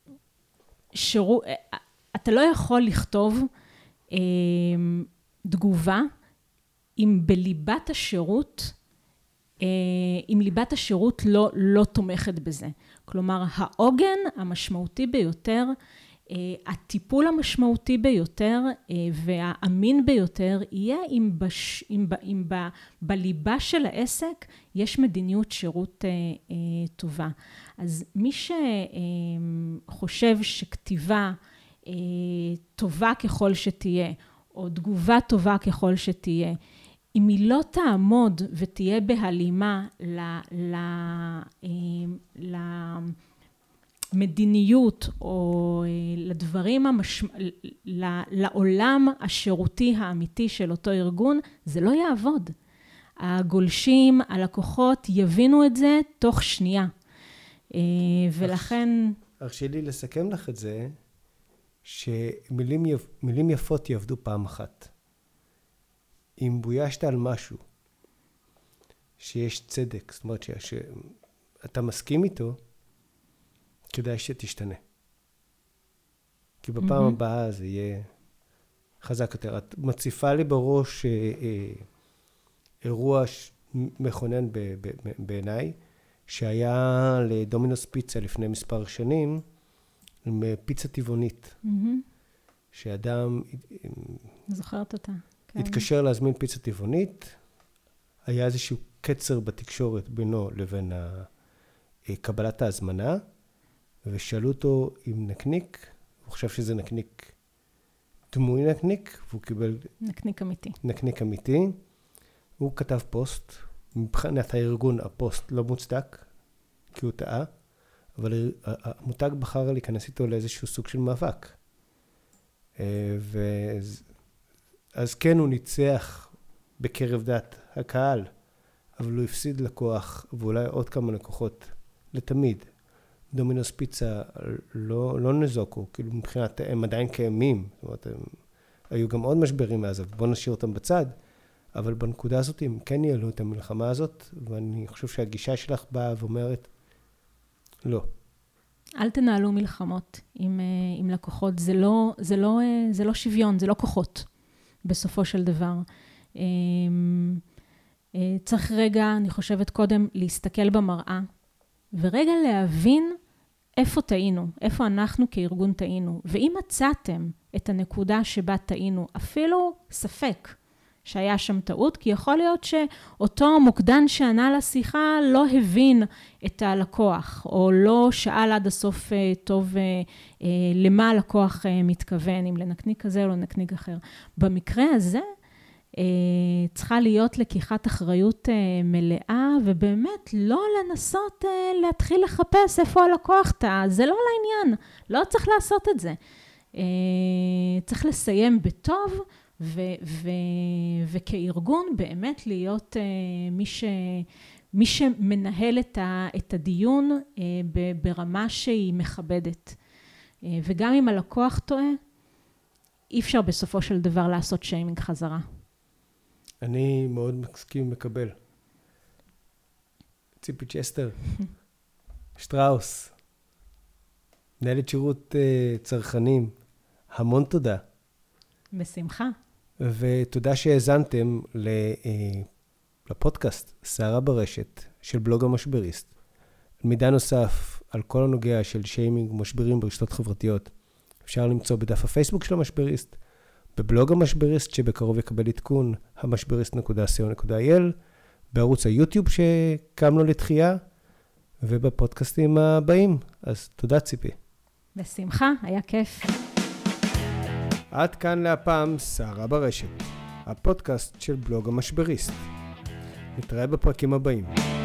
אתה לא יכול לכתוב תגובה, אם בליבת השירות, אם ליבת השירות לא, לא תומכת בזה. כלומר, העוגן המשמעותי ביותר, הטיפול המשמעותי ביותר והאמין ביותר יהיה אם, בש, אם, ב, אם ב, בליבה של העסק יש מדיניות שירות טובה. אז מי שחושב שכתיבה טובה ככל שתהיה, או תגובה טובה ככל שתהיה, אם היא לא תעמוד ותהיה בהלימה ל, ל, ל, למדיניות או לדברים המשמע... לעולם השירותי האמיתי של אותו ארגון, זה לא יעבוד. הגולשים, הלקוחות יבינו את זה תוך שנייה. ולכן... הרשי לי לסכם לך את זה, שמילים יפ... מילים יפות יעבדו פעם אחת. אם בוישת על משהו שיש צדק, זאת אומרת שאתה מסכים איתו, כדאי שתשתנה. כי בפעם mm-hmm. הבאה זה יהיה חזק יותר. את מציפה לי בראש אה, אה, אירוע ש... מכונן ב... ב... ב... בעיניי, שהיה לדומינוס פיצה לפני מספר שנים, עם פיצה טבעונית. Mm-hmm. שאדם... זוכרת אותה. התקשר להזמין פיצה טבעונית, היה איזשהו קצר בתקשורת בינו לבין קבלת ההזמנה, ושאלו אותו אם נקניק, הוא חושב שזה נקניק דמוי נקניק, והוא קיבל... נקניק אמיתי. נקניק אמיתי. הוא כתב פוסט, מבחינת הארגון הפוסט לא מוצדק, כי הוא טעה, אבל המותג בחר להיכנס איתו לאיזשהו סוג של מאבק. וזה... אז כן, הוא ניצח בקרב דת הקהל, אבל הוא הפסיד לקוח, ואולי עוד כמה לקוחות, לתמיד. דומינוס פיצה לא, לא נזוקו, כאילו מבחינת, הם עדיין קיימים, זאת אומרת, הם, היו גם עוד משברים מאז, בואו נשאיר אותם בצד, אבל בנקודה הזאת הם כן ניהלו את המלחמה הזאת, ואני חושב שהגישה שלך באה ואומרת, לא. אל תנהלו מלחמות עם, עם לקוחות, זה לא, זה לא, זה לא שוויון, זה לא כוחות. בסופו של דבר. צריך רגע, אני חושבת קודם, להסתכל במראה, ורגע להבין איפה טעינו, איפה אנחנו כארגון טעינו. ואם מצאתם את הנקודה שבה טעינו, אפילו ספק שהיה שם טעות, כי יכול להיות שאותו מוקדן שענה לשיחה לא הבין את הלקוח, או לא שאל עד הסוף טוב למה הלקוח מתכוון, אם לנקניק כזה או לנקניק אחר. במקרה הזה צריכה להיות לקיחת אחריות מלאה, ובאמת לא לנסות להתחיל לחפש איפה הלקוח טעה, זה לא לעניין, לא צריך לעשות את זה. צריך לסיים בטוב, ו- ו- וכארגון באמת להיות uh, מי, ש- מי שמנהל את, ה- את הדיון uh, ב- ברמה שהיא מכבדת. Uh, וגם אם הלקוח טועה, אי אפשר בסופו של דבר לעשות שיימינג חזרה. אני מאוד מסכים מקבל. ציפי צ'סטר, שטראוס, מנהלת שירות uh, צרכנים, המון תודה. בשמחה. ותודה שהאזנתם לפודקאסט שערה ברשת של בלוג המשבריסט. מידע נוסף על כל הנוגע של שיימינג ומשברים ברשתות חברתיות אפשר למצוא בדף הפייסבוק של המשבריסט, בבלוג המשבריסט שבקרוב יקבל עדכון המשבריסט נקודה סי או נקודה איי אל, בערוץ היוטיוב שקם לו לתחייה, ובפודקאסטים הבאים. אז תודה ציפי. בשמחה, היה כיף. עד כאן להפעם שערה ברשת, הפודקאסט של בלוג המשבריסט. נתראה בפרקים הבאים.